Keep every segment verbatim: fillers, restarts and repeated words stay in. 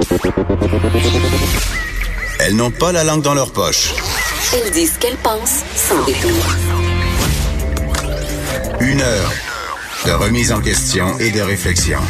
Elles n'ont pas la langue dans leur poche. Elles disent ce qu'elles pensent sans détour. Une heure de remise en question et de réflexion.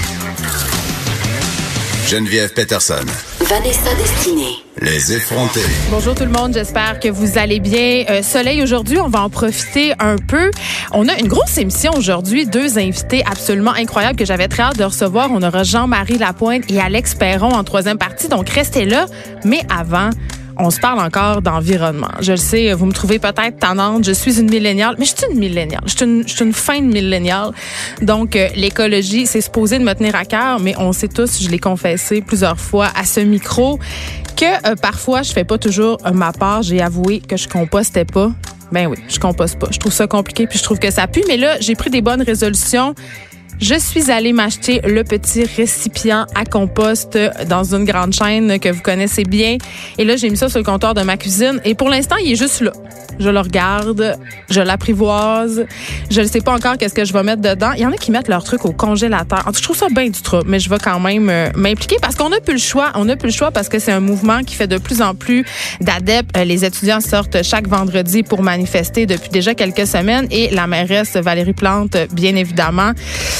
Geneviève Peterson. Vanessa Destinée. Les effrontés. Bonjour tout le monde, j'espère que vous allez bien. Euh, soleil aujourd'hui, on va en profiter un peu. On a une grosse émission aujourd'hui, deux invités absolument incroyables que j'avais très hâte de recevoir. On aura Jean-Marie Lapointe et Alex Perron en troisième partie, donc restez là. Mais avant, on se parle encore d'environnement. Je le sais, vous me trouvez peut-être tannante, je suis une milléniale, mais je suis une milléniale. Je suis une, je suis une fin de milléniale. Donc, euh, l'écologie, c'est supposé de me tenir à cœur, mais on sait tous, je l'ai confessé plusieurs fois à ce micro, que euh, parfois, je fais pas toujours euh, ma part. J'ai avoué que je compostais pas. Ben oui, je composte pas. Je trouve ça compliqué, puis je trouve que ça pue. Mais là, j'ai pris des bonnes résolutions. Je suis allée m'acheter le petit récipient à compost dans une grande chaîne que vous connaissez bien. Et là, j'ai mis ça sur le comptoir de ma cuisine. Et pour l'instant, il est juste là. Je le regarde, je l'apprivoise. Je ne sais pas encore qu'est-ce que je vais mettre dedans. Il y en a qui mettent leur truc au congélateur. En tout cas, je trouve ça bien du trop, mais je vais quand même euh, m'impliquer parce qu'on n'a plus le choix. On n'a plus le choix parce que c'est un mouvement qui fait de plus en plus d'adeptes. Les étudiants sortent chaque vendredi pour manifester depuis déjà quelques semaines et la mairesse Valérie Plante, bien évidemment,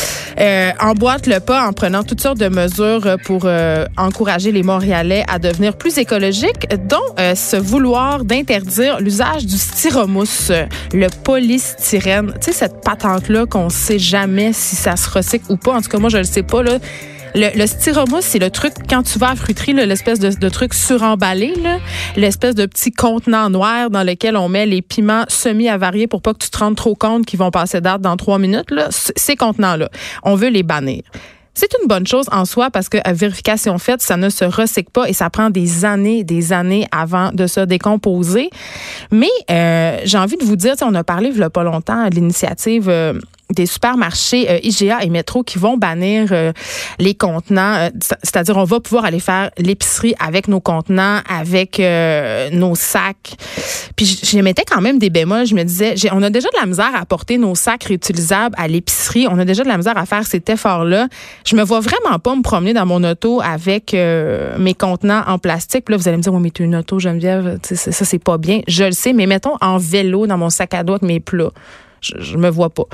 Euh, emboîte le pas en prenant toutes sortes de mesures pour euh, encourager les Montréalais à devenir plus écologiques, dont euh, ce vouloir d'interdire l'usage du styromousse, le polystyrène. Tu sais, cette patente-là qu'on sait jamais si ça se recycle ou pas. En tout cas, moi, je le sais pas, là. Le, le styromousse, c'est le truc, quand tu vas à la fruiterie, là, l'espèce de, de truc suremballé, là, l'espèce de petit contenant noir dans lequel on met les piments semi-avariés pour pas que tu te rendes trop compte qu'ils vont passer date dans trois minutes. Là. Ces contenants-là, on veut les bannir. C'est une bonne chose en soi parce que à vérification faite, ça ne se recycle pas et ça prend des années, des années avant de se décomposer. Mais euh, j'ai envie de vous dire, on a parlé il y a pas longtemps de l'initiative euh, des supermarchés euh, I G A et Métro qui vont bannir euh, les contenants. Euh, c'est-à-dire, on va pouvoir aller faire l'épicerie avec nos contenants, avec euh, nos sacs. Puis je, je mettais quand même des bémols. Je me disais, j'ai, on a déjà de la misère à porter nos sacs réutilisables à l'épicerie. On a déjà de la misère à faire cet effort-là. Je me vois vraiment pas me promener dans mon auto avec euh, mes contenants en plastique. Puis là, vous allez me dire, oui, mais tu as une auto, Geneviève, ça, ça, c'est pas bien. Je le sais, mais mettons en vélo dans mon sac à dos avec mes plats. Je, je me vois pas.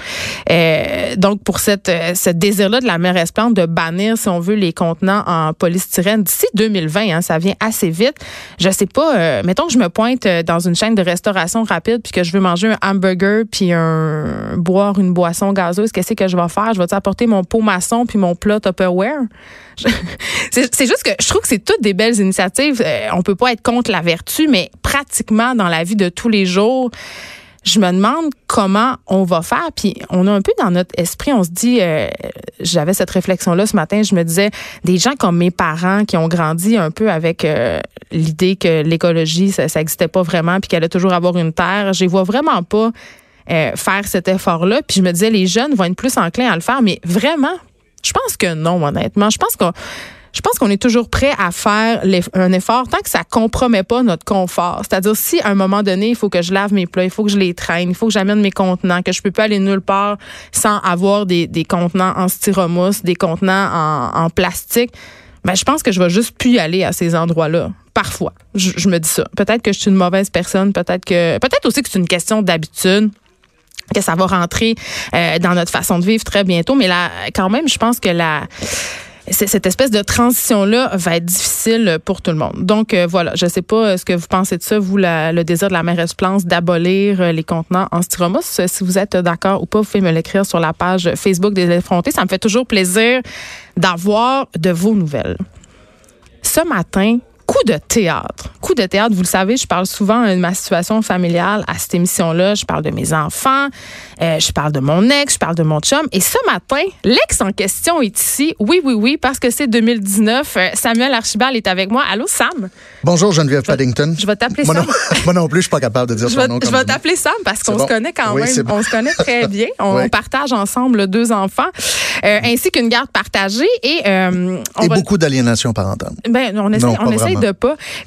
Euh, donc, pour cette, ce désir-là de la mairesse Plante de bannir, si on veut, les contenants en polystyrène d'ici deux mille vingt, hein, ça vient assez vite. Je sais pas, euh, mettons que je me pointe dans une chaîne de restauration rapide puis que je veux manger un hamburger puis un boire une boisson gazeuse, qu'est-ce que je vais faire? Je vais apporter mon pot maçon puis mon plat Tupperware? Je, c'est, c'est juste que je trouve que c'est toutes des belles initiatives. Euh, on peut pas être contre la vertu, mais pratiquement dans la vie de tous les jours, je me demande comment on va faire. Puis on a un peu dans notre esprit, on se dit, euh, j'avais cette réflexion-là ce matin, je me disais, des gens comme mes parents qui ont grandi un peu avec euh, l'idée que l'écologie, ça n'existait pas vraiment puis qu'il allait toujours avoir une terre, je les vois vraiment pas euh, faire cet effort-là. Puis je me disais, les jeunes vont être plus enclins à le faire, mais vraiment, je pense que non, honnêtement. Je pense qu'on Je pense qu'on est toujours prêt à faire un effort tant que ça compromet pas notre confort. C'est-à-dire, si à un moment donné, il faut que je lave mes plats, il faut que je les traîne, il faut que j'amène mes contenants, que je peux pas aller nulle part sans avoir des, des contenants en styromousse, des contenants en, en plastique, ben, je pense que je vais juste plus y aller à ces endroits-là. Parfois. Je, je me dis ça. Peut-être que je suis une mauvaise personne, peut-être que, peut-être aussi que c'est une question d'habitude, que ça va rentrer euh, dans notre façon de vivre très bientôt. Mais là, quand même, je pense que la, cette espèce de transition-là va être difficile pour tout le monde. Donc, euh, voilà, je ne sais pas ce que vous pensez de ça, vous, la, le désir de la mairesse Plante d'abolir les contenants en styromousse. Si vous êtes d'accord ou pas, vous pouvez me l'écrire sur la page Facebook des Effrontés. Ça me fait toujours plaisir d'avoir de vos nouvelles. Ce matin, coup de théâtre. Coup de théâtre, vous le savez, je parle souvent de ma situation familiale à cette émission-là. Je parle de mes enfants, euh, je parle de mon ex, je parle de mon chum. Et ce matin, l'ex en question est ici. Oui, oui, oui, parce que c'est deux mille dix-neuf. Euh, Samuel Archibald est avec moi. Allô, Sam? Bonjour, Geneviève Paddington. Je vais t'appeler moi Sam. Non, moi non plus, je suis pas capable de dire je son vais, nom. Je vais t'appeler Sam parce qu'on bon. se connaît quand oui, même. Bon. On se connaît très bien. On oui. partage ensemble deux enfants, euh, ainsi qu'une garde partagée. Et, euh, on et va... beaucoup d'aliénation parentale. Ben, on essaie, non, on essaie de pas. Mais hier, tu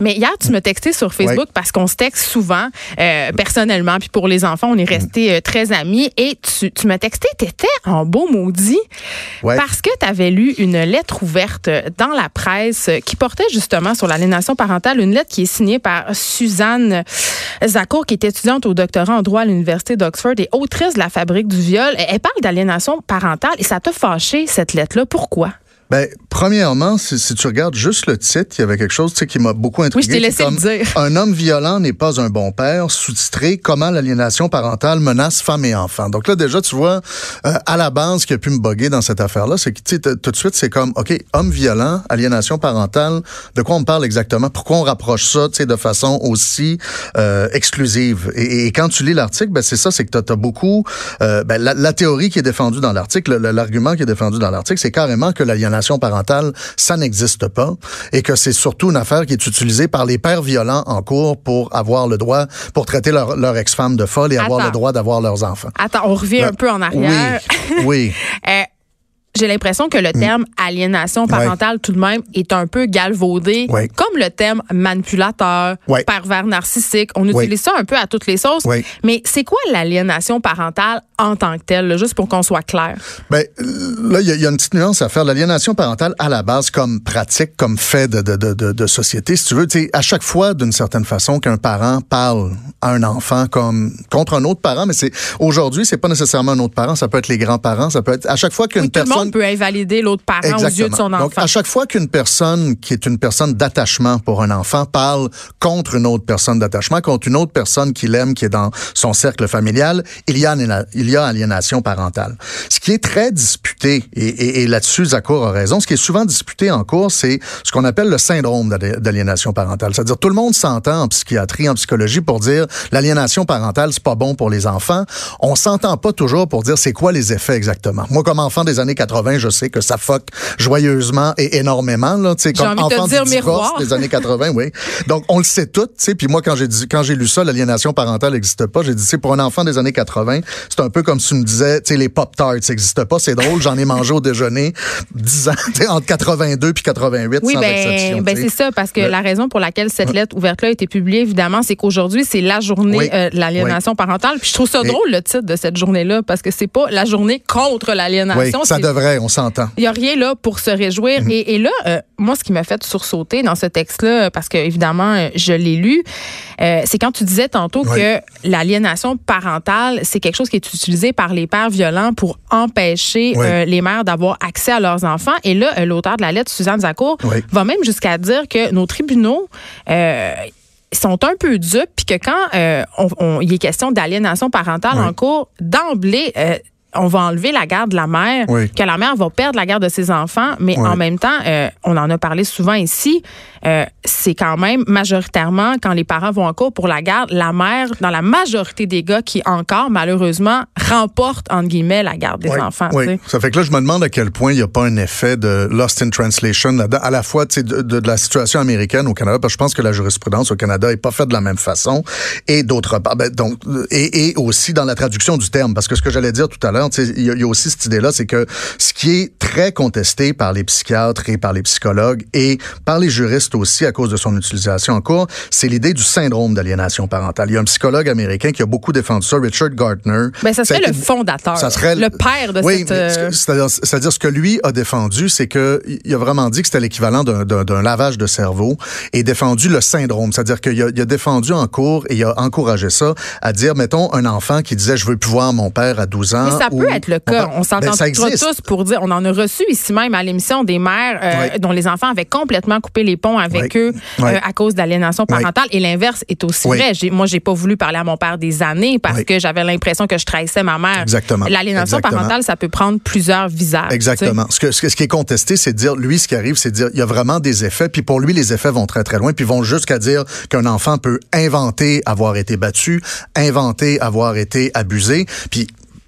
tu m'as texté sur Facebook ouais. parce qu'on se texte souvent, euh, personnellement, puis pour les enfants, on est restés euh, très amis. Et tu, tu m'as texté, t'étais en beau maudit ouais. parce que t'avais lu une lettre ouverte dans la presse qui portait justement sur l'aliénation parentale, une lettre qui est signée par Suzanne Zakour, qui est étudiante au doctorat en droit à l'Université d'Oxford et autrice de La fabrique du viol. Elle parle d'aliénation parentale et ça t'a fâché, cette lettre-là. Pourquoi? Ben, premièrement, si, si tu regardes juste le titre, il y avait quelque chose tu sais, qui m'a beaucoup intrigué. Oui, je t'ai laissé comme, le dire. Un homme violent n'est pas un bon père, sous-titré Comment l'aliénation parentale menace femmes et enfants. Donc là, déjà, tu vois, euh, à la base, ce qui a pu me bugger dans cette affaire-là, c'est que tu sais, tout de suite, c'est comme, OK, homme violent, aliénation parentale, de quoi on parle exactement? Pourquoi on rapproche ça tu sais, de façon aussi euh, exclusive? Et, et quand tu lis l'article, ben, c'est ça, c'est que tu as beaucoup... Euh, ben, la, la théorie qui est défendue dans l'article, le, l'argument qui est défendu dans l'article, c'est carrément que l'aliénation parentale, ça n'existe pas et que c'est surtout une affaire qui est utilisée par les pères violents en cours pour avoir le droit, pour traiter leur, leur ex-femme de folle et Attends. avoir le droit d'avoir leurs enfants. Attends, on revient ben, un peu en arrière. Oui, oui. euh, J'ai l'impression que le terme mmh. aliénation parentale, ouais. tout de même, est un peu galvaudé, ouais. comme le terme manipulateur, ouais. pervers narcissique. On utilise ouais. ça un peu à toutes les sauces. Ouais. Mais c'est quoi l'aliénation parentale en tant que telle, là, juste pour qu'on soit clair? Ben, là, il y, y a une petite nuance à faire. L'aliénation parentale, à la base, comme pratique, comme fait de, de, de, de, de société, si tu veux, tu sais, à chaque fois, d'une certaine façon, qu'un parent parle à un enfant comme contre un autre parent, mais c'est aujourd'hui, c'est pas nécessairement un autre parent, ça peut être les grands-parents, ça peut être à chaque fois qu'une oui, personne peut invalider l'autre parent Exactement. aux yeux de son enfant. Donc, à chaque fois qu'une personne qui est une personne d'attachement pour un enfant parle contre une autre personne d'attachement, contre une autre personne qu'il aime, qui est dans son cercle familial, il y a, il y a aliénation parentale. Ce qui est très disputé, et, et, et là-dessus, Zakour a raison, ce qui est souvent disputé en cours, c'est ce qu'on appelle le syndrome d'aliénation parentale. C'est-à-dire, tout le monde s'entend en psychiatrie, en psychologie, pour dire l'aliénation parentale, c'est pas bon pour les enfants. On s'entend pas toujours pour dire c'est quoi les effets exactement. Moi, comme enfant des années quatre-vingts, je sais que ça fuck joyeusement et énormément, là, tu sais, comme enfant du divorce miroir. des années quatre-vingts, oui. Donc, on le sait tout, tu sais, puis moi, quand j'ai dit, quand j'ai lu ça, l'aliénation parentale n'existe pas, j'ai dit, c'est pour un enfant des années quatre-vingts, c'est un peu comme si tu me disais, tu sais, les Pop-Tarts n'existent pas, c'est drôle, j'en ai mangé au déjeuner dix ans, tu sais, entre quatre-vingt-deux puis quatre-vingt-huit, oui, sans ben, exception. Ben, c'est ça, parce que ouais. la raison pour laquelle cette lettre ouverte-là a été publiée, évidemment, c'est qu'aujourd'hui, c'est la journée oui. euh, de l'aliénation oui. parentale, puis je trouve ça Et... drôle, le titre de cette journée-là, parce que c'est pas la journée contre l'aliénation. Oui, ça devrait, on s'entend. Il n'y a rien là pour se réjouir. Mm-hmm. Et, et là, euh, moi, ce qui m'a fait sursauter dans ce texte-là, parce que évidemment, je l'ai lu, euh, c'est quand tu disais tantôt oui. que l'aliénation parentale, c'est quelque chose qui est utilisé par les pères violents pour empêcher oui. euh, les mères d'avoir accès à leurs enfants. Et là, euh, l'auteur de la lettre, Suzanne Zakour, oui. va même jusqu'à dire que nos tribunaux euh, sont un peu dupes, puis que quand euh, on, on, il est question d'aliénation parentale oui. en cours, d'emblée, euh, on va enlever la garde de la mère, oui. que la mère va perdre la garde de ses enfants, mais oui. en même temps, euh, on en a parlé souvent ici, euh, c'est quand même majoritairement, quand les parents vont en cours pour la garde, la mère, dans la majorité des cas, qui encore, malheureusement, remporte, entre guillemets, la garde des oui. enfants. Oui, t'sais. Ça fait que là, je me demande à quel point il n'y a pas un effet de lost in translation là-dedans, à la fois de, de, de la situation américaine au Canada, parce que je pense que la jurisprudence au Canada n'est pas faite de la même façon, et d'autre part, ben, donc, et, et aussi dans la traduction du terme, parce que ce que j'allais dire tout à l'heure, il y, y a aussi cette idée-là, c'est que ce qui est très contesté par les psychiatres et par les psychologues et par les juristes aussi à cause de son utilisation en cours, c'est l'idée du syndrome d'aliénation parentale. Il y a un psychologue américain qui a beaucoup défendu ça, Richard Gardner. Ben, ça serait ça le été, fondateur, ça serait le père de oui, cette... Euh... C'est-à-dire, c'est-à-dire ce que lui a défendu, c'est que il a vraiment dit que c'était l'équivalent d'un, d'un, d'un lavage de cerveau et défendu le syndrome. C'est-à-dire qu'il a, il a défendu en cours et il a encouragé ça à dire, mettons, un enfant qui disait « je veux plus voir mon père à douze ans ». Mais ça peut être le cas. On s'entend ben, tous pour dire, on en a reçu ici même à l'émission des mères euh, oui. dont les enfants avaient complètement coupé les ponts avec oui. eux oui. Euh, à cause d'aliénation parentale. Oui. Et l'inverse est aussi oui. vrai. J'ai, moi, j'ai pas voulu parler à mon père des années parce oui. que j'avais l'impression que je trahissais ma mère. Exactement. L'aliénation Exactement. parentale, ça peut prendre plusieurs visages. Exactement. Ce, que, ce qui est contesté, c'est de dire, lui, ce qui arrive, c'est de dire, il y a vraiment des effets, puis pour lui, les effets vont très, très loin, puis vont jusqu'à dire qu'un enfant peut inventer avoir été battu, inventer avoir été abusé, puis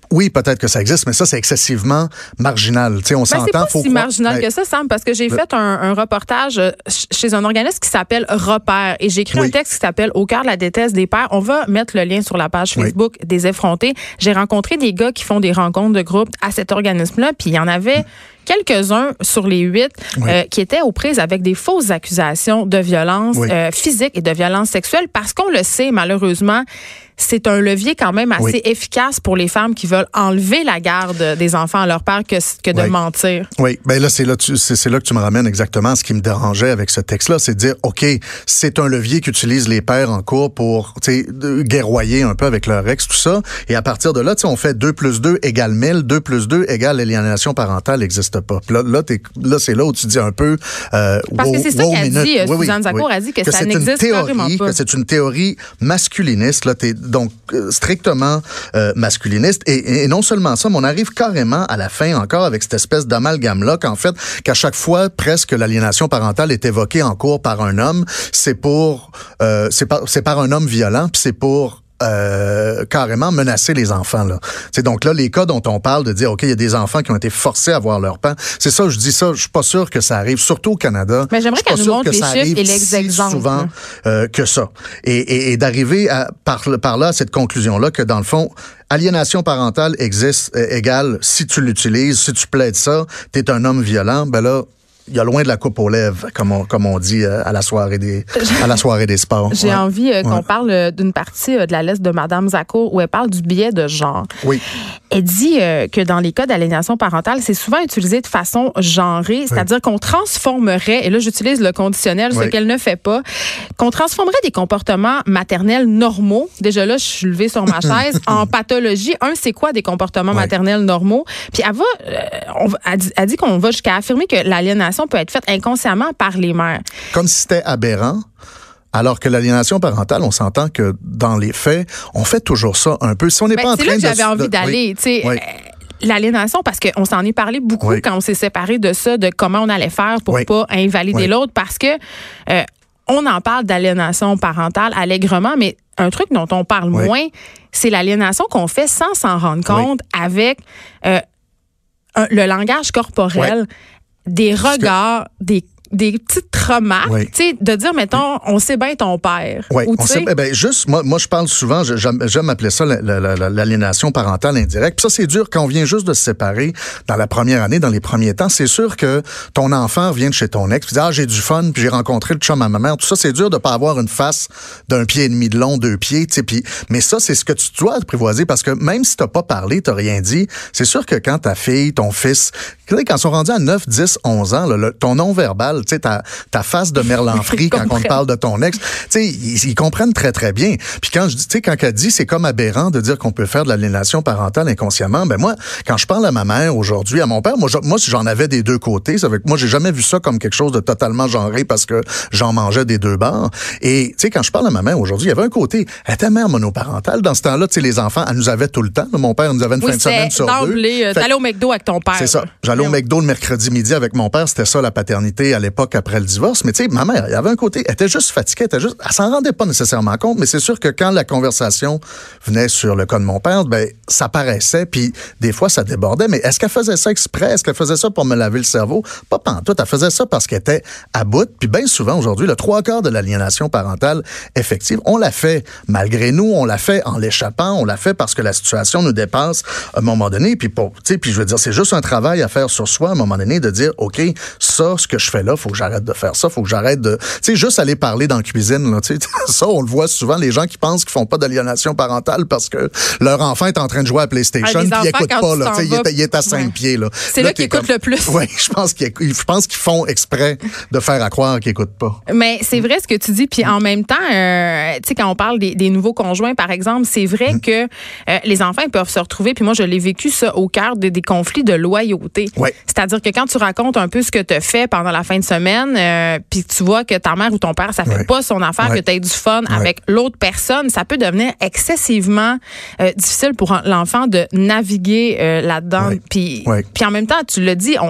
Oui, peut-être que ça existe, mais ça, c'est excessivement marginal. Tu sais, on ben, s'entend. C'est pas faut si croire, marginal ben, que ça, Sam, parce que j'ai le, fait un, un reportage chez un organisme qui s'appelle Repères et j'ai écrit oui. un texte qui s'appelle Au cœur de la détresse des pères. On va mettre le lien sur la page Facebook oui. des effrontés. J'ai rencontré des gars qui font des rencontres de groupe à cet organisme-là, puis il y en avait quelques-uns sur les huit oui. euh, qui étaient aux prises avec des fausses accusations de violence oui. euh, physique et de violence sexuelle parce qu'on le sait, malheureusement, c'est un levier quand même assez oui. efficace pour les femmes qui veulent enlever la garde des enfants à leur père que, que de oui. mentir. Oui, bien là, c'est là, tu, c'est, c'est là que tu me ramènes exactement ce qui me dérangeait avec ce texte-là, c'est de dire, OK, c'est un levier qu'utilisent les pères en cours pour, tu sais, guerroyer un peu avec leur ex, tout ça, et à partir de là, tu sais, on fait deux plus deux égale mille, deux plus deux égale l'aliénation parentale n'existe pas. Puis là, là, t'es, là, c'est là où tu dis un peu... Euh, Parce wow, que c'est ça wow, qu'a minute. dit, oui, Suzanne oui, Zakour oui. a dit que, que ça n'existe théorie, carrément pas. Que c'est une théorie masculiniste, là, t'es donc euh, strictement euh, masculiniste. Et, et non seulement ça, mais on arrive carrément à la fin encore avec cette espèce d'amalgame-là qu'en fait, qu'à chaque fois, presque l'aliénation parentale est évoquée en cours par un homme, c'est pour... Euh, c'est, par, c'est par un homme violent, puis c'est pour... Euh, carrément menacer les enfants là. C'est donc là les cas dont on parle de dire OK, il y a des enfants qui ont été forcés à voir leur père. C'est ça, je dis ça, je suis pas sûr que ça arrive, surtout au Canada. Mais j'aimerais qu'elle nous montre les chiffres et les si exemples. Souvent euh, que ça. Et, et, et d'arriver à, par, par là à cette conclusion là que dans le fond, aliénation parentale existe euh, égale si tu l'utilises, si tu plaides ça, t'es un homme violent, ben là il y a loin de la coupe aux lèvres, comme on, comme on dit euh, à la soirée des à la soirée des sports. J'ai ouais. envie euh, qu'on ouais. parle euh, d'une partie euh, de la lettre de Mme Zakour où elle parle du biais de genre. Oui. Elle dit euh, que dans les cas d'aliénation parentale, c'est souvent utilisé de façon genrée, c'est-à-dire oui. qu'on transformerait, et là j'utilise le conditionnel, oui. ce qu'elle ne fait pas, qu'on transformerait des comportements maternels normaux, déjà là je suis levée sur ma chaise, en pathologie. Un, c'est quoi des comportements oui. maternels normaux? Puis elle va, euh, on, elle, dit, elle dit qu'on va jusqu'à affirmer que l'aliénation peut être faite inconsciemment par les mères. Comme si c'était aberrant. Alors que l'aliénation parentale, on s'entend que dans les faits, on fait toujours ça un peu. Si on n'est ben, pas en train de... C'est là que j'avais envie de, d'aller, oui, tu sais... oui. Euh, l'aliénation, parce qu'on s'en est parlé beaucoup oui. quand on s'est séparés de ça, de comment on allait faire pour oui. pas invalider oui. l'autre, parce que euh, on en parle d'aliénation parentale allègrement, mais un truc dont on parle oui. moins, c'est l'aliénation qu'on fait sans s'en rendre compte oui. avec euh, un, le langage corporel, oui. des regards, que... des des petites remarques, oui. tu sais, de dire, mettons, on sait bien ton père. Oui, ou on sait, eh ben, juste, moi, moi, je parle souvent, j'aime, j'aime appeler ça la, la, la, l'aliénation parentale indirecte. Puis ça, c'est dur quand on vient juste de se séparer dans la première année, dans les premiers temps. C'est sûr que ton enfant vient de chez ton ex, puis dit, ah, j'ai du fun, puis j'ai rencontré le chum à ma mère. Tout ça, c'est dur de pas avoir une face d'un pied et demi de long, deux pieds, tu sais. Puis, mais ça, c'est ce que tu dois apprivoiser parce que même si t'as pas parlé, t'as rien dit, c'est sûr que quand ta fille, ton fils, quand ils sont rendus à neuf, dix, onze ans, là, le, ton non-verbal, tu sais, ta, ta face de merlan-frit quand on te parle de ton ex, tu sais, ils, ils comprennent très, très bien. Puis quand je dis, tu sais, quand elle dit, c'est comme aberrant de dire qu'on peut faire de l'aliénation parentale inconsciemment, ben moi, quand je parle à ma mère aujourd'hui, à mon père, moi, je, moi j'en avais des deux côtés. Ça veut, moi, j'ai jamais vu ça comme quelque chose de totalement genré parce que j'en mangeais des deux bords. Et, tu sais, quand je parle à ma mère aujourd'hui, il y avait un côté, elle était mère monoparentale. Dans ce temps-là, tu sais, les enfants, elle nous avait tout le temps. Mon père nous avait une oui, fin de semaine sur deux. Euh, T'allais au McDo avec ton père. C'est ça. J'allais au McDo le mercredi midi avec mon père. C'était ça, la paternité à l'époque après le divorce. Mais tu sais, ma mère, il y avait un côté, elle était juste fatiguée, elle était juste, elle s'en rendait pas nécessairement compte, mais c'est sûr que quand la conversation venait sur le cas de mon père, ben, ça paraissait, puis des fois, ça débordait. Mais est-ce qu'elle faisait ça exprès? Est-ce qu'elle faisait ça pour me laver le cerveau? Pas pantoute. Elle faisait ça parce qu'elle était à bout. Puis bien souvent, aujourd'hui, le trois quarts de l'aliénation parentale effective, on l'a fait malgré nous, on l'a fait en l'échappant, on l'a fait parce que la situation nous dépasse à un moment donné. Puis pour, tu sais, puis je veux dire, c'est juste un travail à faire sur soi à un moment donné, de dire, OK, ça, ce que je fais là, faut que j'arrête de faire ça, faut que j'arrête de, tu sais, juste aller parler dans la cuisine, là, tu sais, ça, on le voit souvent, les gens qui pensent qu'ils font pas d'aliénation parentale parce que leur enfant est en train de jouer à PlayStation, puis ah, il écoute pas, là, tu sais, il est, il est à cinq ouais. pieds, là. C'est là, là qu'il écoute comme, le plus. Oui, je pense qu'ils, je pense qu'ils font exprès de faire à croire qu'ils écoutent pas. Mais c'est vrai ce que tu dis, puis en même temps, euh, tu sais, quand on parle des, des nouveaux conjoints, par exemple, c'est vrai mm. que euh, les enfants, ils peuvent se retrouver, puis moi, je l'ai vécu ça au cœur de, des conflits de loyauté. Ouais. C'est-à-dire que quand tu racontes un peu ce que tu as fait pendant la fin de semaine, euh, puis tu vois que ta mère ou ton père, ça fait ouais. pas son affaire, ouais. que tu aies du fun ouais. avec l'autre personne, ça peut devenir excessivement euh, difficile pour l'enfant de naviguer euh, là-dedans. Ouais. Puis ouais. puis en même temps, tu l'as dit, on, on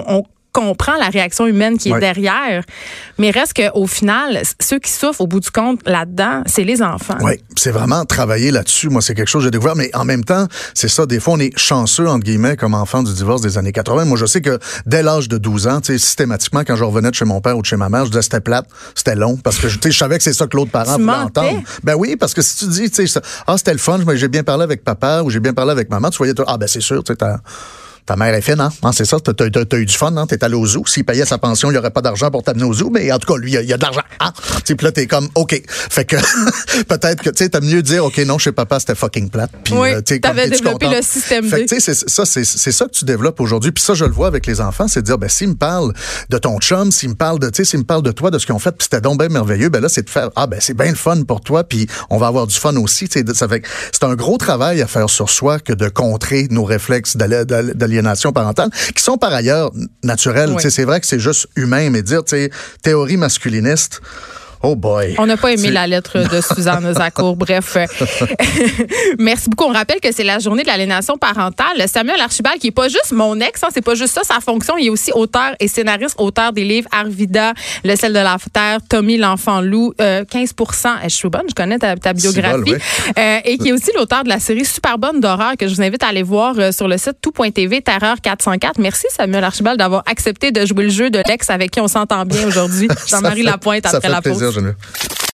comprends la réaction humaine qui est ouais. derrière. Mais reste qu'au final, ceux qui souffrent au bout du compte là-dedans, c'est les enfants. Oui, c'est vraiment travailler là-dessus. Moi, c'est quelque chose que j'ai découvert. Mais en même temps, c'est ça, des fois, on est chanceux, entre guillemets, comme enfant du divorce des années quatre-vingt. Moi, je sais que dès l'âge de douze ans, tu sais, systématiquement, quand je revenais de chez mon père ou de chez ma mère, je disais c'était plate, c'était long, parce que je savais que c'est ça que l'autre parent tu voulait mentais? entendre. Ben oui, parce que si tu dis, tu sais, ah, c'était le fun, mais j'ai bien parlé avec papa ou j'ai bien parlé avec maman, tu voyais, ah, ben c'est sûr, tu sais, t'as... Ta mère est fine, hein? hein c'est ça, t'as, t'as, t'as eu du fun, hein? T'es allé au zoo. S'il payait sa pension, il n'y aurait pas d'argent pour t'amener au zoo, mais en tout cas, lui, il y a, a de l'argent, hein? Puis là, t'es comme, OK. Fait que peut-être que, tu sais, t'as mieux dire, OK, non, chez papa, c'était fucking plate. Puis, oui, euh, t'avais développé le système fait D. que, tu sais, c'est ça, c'est, c'est ça que tu développes aujourd'hui. Puis ça, je le vois avec les enfants, c'est de dire, ben, s'ils me parlent de ton chum, s'ils me parlent de, tu sais, s'ils me parlent de toi, de ce qu'ils ont fait, puis c'était donc bien merveilleux, ben là, c'est de faire, ah, ben, c'est bien le fun pour toi, puis on va avoir du fun aussi, tu sais. Ça fait que c'est un gros travail à faire sur soi que de contrer nos réflexes d'aliénation parentale, qui sont par ailleurs naturels. Oui. C'est vrai que c'est juste humain, mais dire, tu sais, théorie masculiniste, oh boy. On n'a pas aimé c'est... la lettre de Suzanne Ozacour. Bref, merci beaucoup. On rappelle que c'est la journée de l'aliénation parentale. Samuel Archibald, qui est pas juste mon ex, hein, c'est pas juste ça sa fonction, il est aussi auteur et scénariste, auteur des livres Arvida, Le sel de la terre, Tommy l'enfant loup, euh, quinze pour cent. Je suis bonne, je connais ta, ta biographie. Bon, oui. euh, et qui est aussi l'auteur de la série Super bonne d'horreur que je vous invite à aller voir euh, sur le site tout point t v, Terreur quatre cent quatre. Merci Samuel Archibald d'avoir accepté de jouer le jeu de l'ex avec qui on s'entend bien aujourd'hui. Jean-Marie Lapointe après la pause. Geneviève.